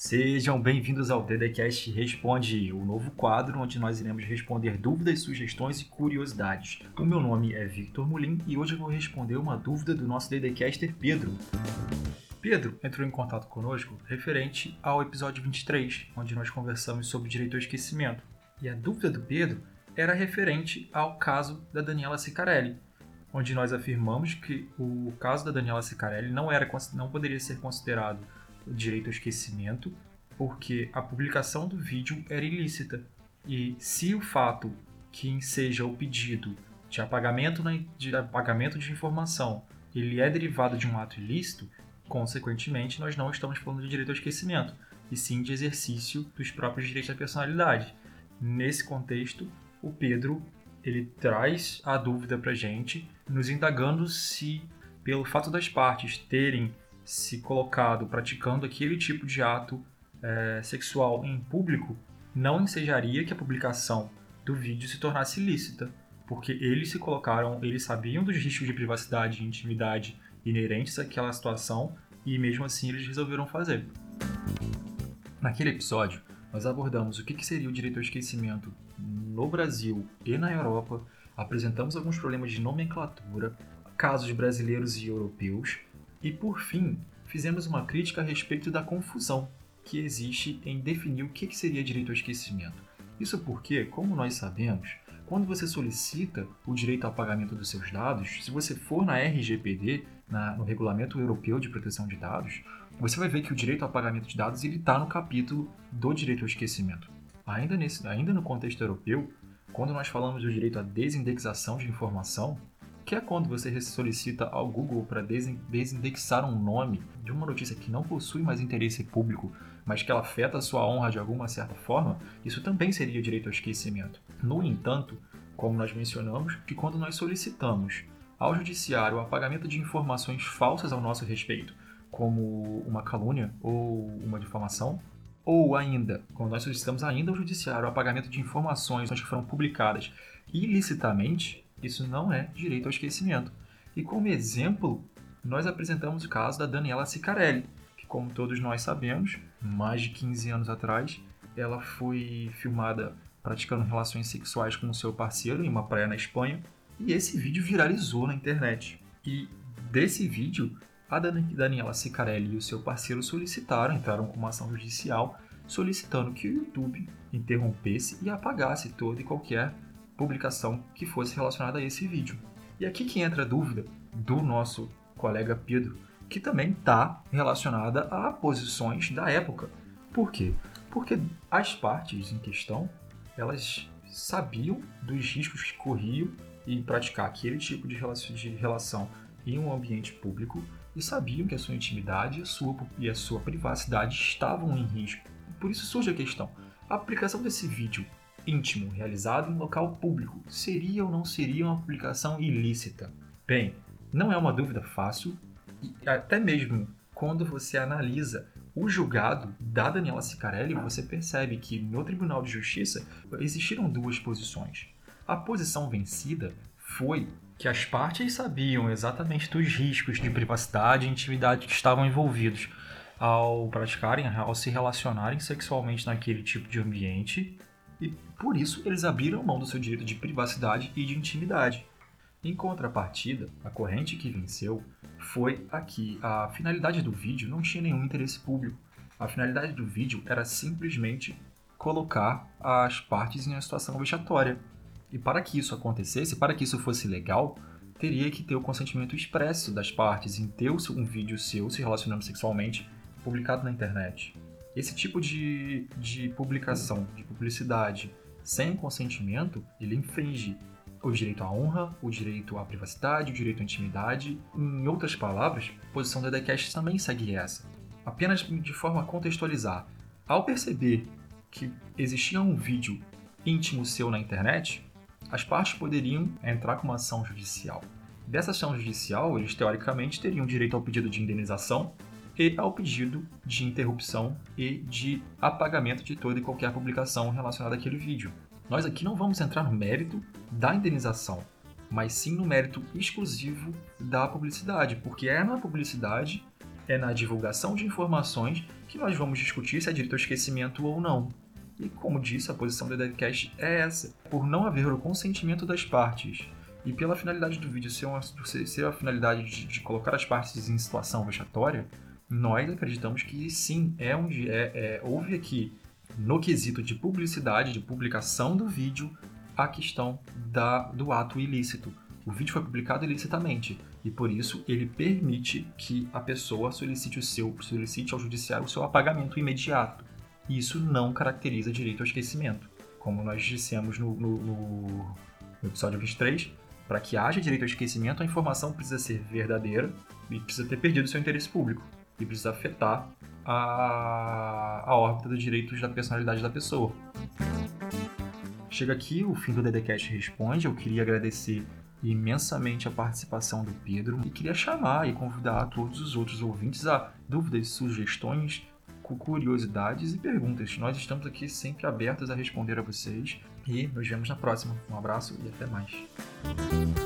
Sejam bem-vindos ao DDCast Responde, o novo quadro onde nós iremos responder dúvidas, sugestões e curiosidades. O meu nome é Victor Mulin e hoje eu vou responder uma dúvida do nosso DDCaster Pedro. Pedro entrou em contato conosco referente ao episódio 23, onde nós conversamos sobre direito ao esquecimento. E a dúvida do Pedro era referente ao caso da Daniela Ciccarelli, onde nós afirmamos que o caso da Daniela Ciccarelli não poderia ser considerado direito ao esquecimento, porque a publicação do vídeo era ilícita. E se o fato que seja o pedido de apagamento de informação ele é derivado de um ato ilícito, consequentemente nós não estamos falando de direito ao esquecimento, e sim de exercício dos próprios direitos da personalidade. Nesse contexto, o Pedro ele traz a dúvida para a gente, nos indagando se, pelo fato das partes terem se colocado praticando aquele tipo de ato sexual em público, não ensejaria que a publicação do vídeo se tornasse ilícita, porque eles sabiam dos riscos de privacidade e intimidade inerentes àquela situação e mesmo assim eles resolveram fazer. Naquele episódio, nós abordamos o que seria o direito ao esquecimento no Brasil e na Europa, apresentamos alguns problemas de nomenclatura, casos brasileiros e europeus, e, por fim, fizemos uma crítica a respeito da confusão que existe em definir o que seria direito ao esquecimento. Isso porque, como nós sabemos, quando você solicita o direito ao apagamento dos seus dados, se você for na RGPD, no Regulamento Europeu de Proteção de Dados, você vai ver que o direito ao apagamento de dados está no capítulo do direito ao esquecimento. Ainda no contexto europeu, quando nós falamos do direito à desindexação de informação, que é quando você solicita ao Google para desindexar um nome de uma notícia que não possui mais interesse público, mas que ela afeta a sua honra de alguma certa forma, isso também seria direito ao esquecimento. No entanto, como nós mencionamos, que quando nós solicitamos ao judiciário o apagamento de informações falsas ao nosso respeito, como uma calúnia ou uma difamação, ou ainda, quando nós solicitamos ainda ao judiciário o apagamento de informações que foram publicadas ilicitamente, isso não é direito ao esquecimento. E como exemplo, nós apresentamos o caso da Daniela Ciccarelli, que, como todos nós sabemos, mais de 15 anos atrás, ela foi filmada praticando relações sexuais com o seu parceiro em uma praia na Espanha, e esse vídeo viralizou na internet. E desse vídeo, a Daniela Ciccarelli e o seu parceiro entraram com uma ação judicial, solicitando que o YouTube interrompesse e apagasse toda e qualquer publicação que fosse relacionada a esse vídeo. E aqui que entra a dúvida do nosso colega Pedro, que também está relacionada a posições da época. Por quê? Porque as partes em questão, elas sabiam dos riscos que corriam em praticar aquele tipo de relação em um ambiente público e sabiam que a sua intimidade e a sua privacidade estavam em risco. Por isso surge a questão: a aplicação desse vídeo íntimo realizado em local público seria ou não seria uma publicação ilícita? Bem, não é uma dúvida fácil, e até mesmo quando você analisa o julgado da Daniela Ciccarelli, você percebe que no Tribunal de Justiça existiram duas posições. A posição vencida foi que as partes sabiam exatamente dos riscos de privacidade e intimidade que estavam envolvidos ao se relacionarem sexualmente naquele tipo de ambiente, e por isso eles abriram mão do seu direito de privacidade e de intimidade. Em contrapartida, a corrente que venceu foi a que a finalidade do vídeo não tinha nenhum interesse público. A finalidade do vídeo era simplesmente colocar as partes em uma situação vexatória. E para que isso acontecesse, para que isso fosse legal, teria que ter o consentimento expresso das partes em ter um vídeo seu se relacionando sexualmente publicado na internet. Esse tipo de publicação, de publicidade sem consentimento, ele infringe o direito à honra, o direito à privacidade, o direito à intimidade. Em outras palavras, a posição do DDCast também segue essa. Apenas de forma a contextualizar, ao perceber que existia um vídeo íntimo seu na internet, as partes poderiam entrar com uma ação judicial. Dessa ação judicial, eles teoricamente teriam direito ao pedido de indenização e ao pedido de interrupção e de apagamento de toda e qualquer publicação relacionada àquele vídeo. Nós aqui não vamos entrar no mérito da indenização, mas sim no mérito exclusivo da publicidade, porque é na publicidade É na divulgação de informações que nós vamos discutir se é direito ao esquecimento ou não. E como disse, a posição do DDCast é essa. Por não haver o consentimento das partes e pela finalidade do vídeo ser a finalidade de colocar as partes em situação vexatória, nós acreditamos que sim, houve aqui, no quesito de publicidade, de publicação do vídeo, a questão do ato ilícito. O vídeo foi publicado ilicitamente e, por isso, ele permite que a pessoa solicite ao judiciário o seu apagamento imediato. E isso não caracteriza direito ao esquecimento. Como nós dissemos no episódio 23, para que haja direito ao esquecimento, a informação precisa ser verdadeira e precisa ter perdido seu interesse público e precisa afetar a órbita dos direitos da personalidade da pessoa. Chega aqui o fim do DDCast Responde. Eu queria agradecer imensamente a participação do Pedro e queria chamar e convidar todos os outros ouvintes a dúvidas, sugestões, curiosidades e perguntas. Nós estamos aqui sempre abertos a responder a vocês e nos vemos na próxima. Um abraço e até mais.